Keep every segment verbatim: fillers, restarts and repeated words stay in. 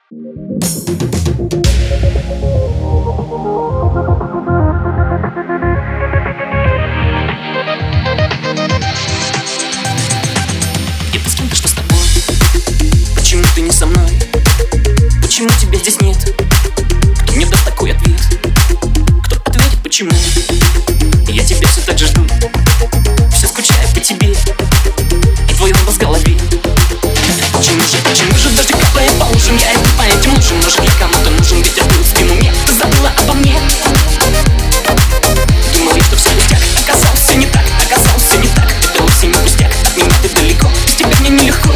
Где ты, с кем-то, что с тобой? Почему ты не со мной? Почему тебя здесь нет? Кто мне даст такой ответ? Кто ответит почему? Я тебя все так же жду, все скучаю по тебе и твой голос в голове. Почему же, почему же дождь капает по ушам? Я иду по этим лужам, может я кому-то нужен, ведь я был в спину мне. Ты забыла обо мне. Думал я, что все пустяк, оказался не так, оказался не так. Это вовсе не пустяк, от меня ты далеко, с тебя мне нелегко.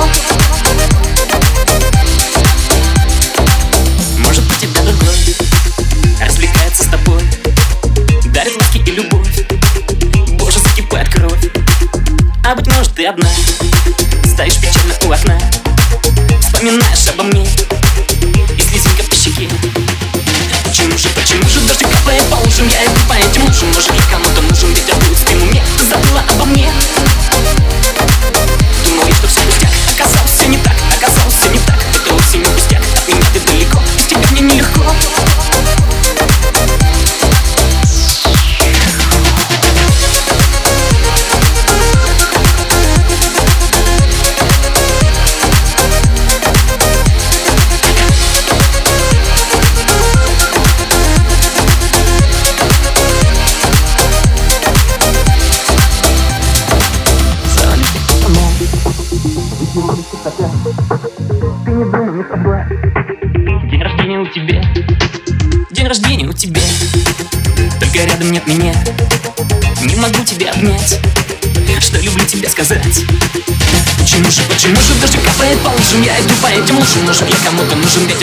Может быть тебя другой развлекается с тобой, дарит ласки и любовь. Боже, закипает кровь. А быть может ты одна стоишь печально у окна, вспоминаешь обо мне и слезинка по щеке. Почему же, почему же дождь капает по ушам? Я иду по этим лужам, может я кому-то нужен, ведь я был в спину мне. Ты забыла обо мне. Думал я, что все пустяк, оказался не так, оказался не так. Это вовсе не пустяк, от меня ты далеко, с тебя мне нелегко. Ты не думай, не такое. День рождения у тебя, день рождения у тебя. Только рядом нет меня, не могу тебя обнять, что люблю тебя сказать. Почему же, почему же дождь капает по ушам? Я иду по этим лужам, может я кому-то нужен, ведь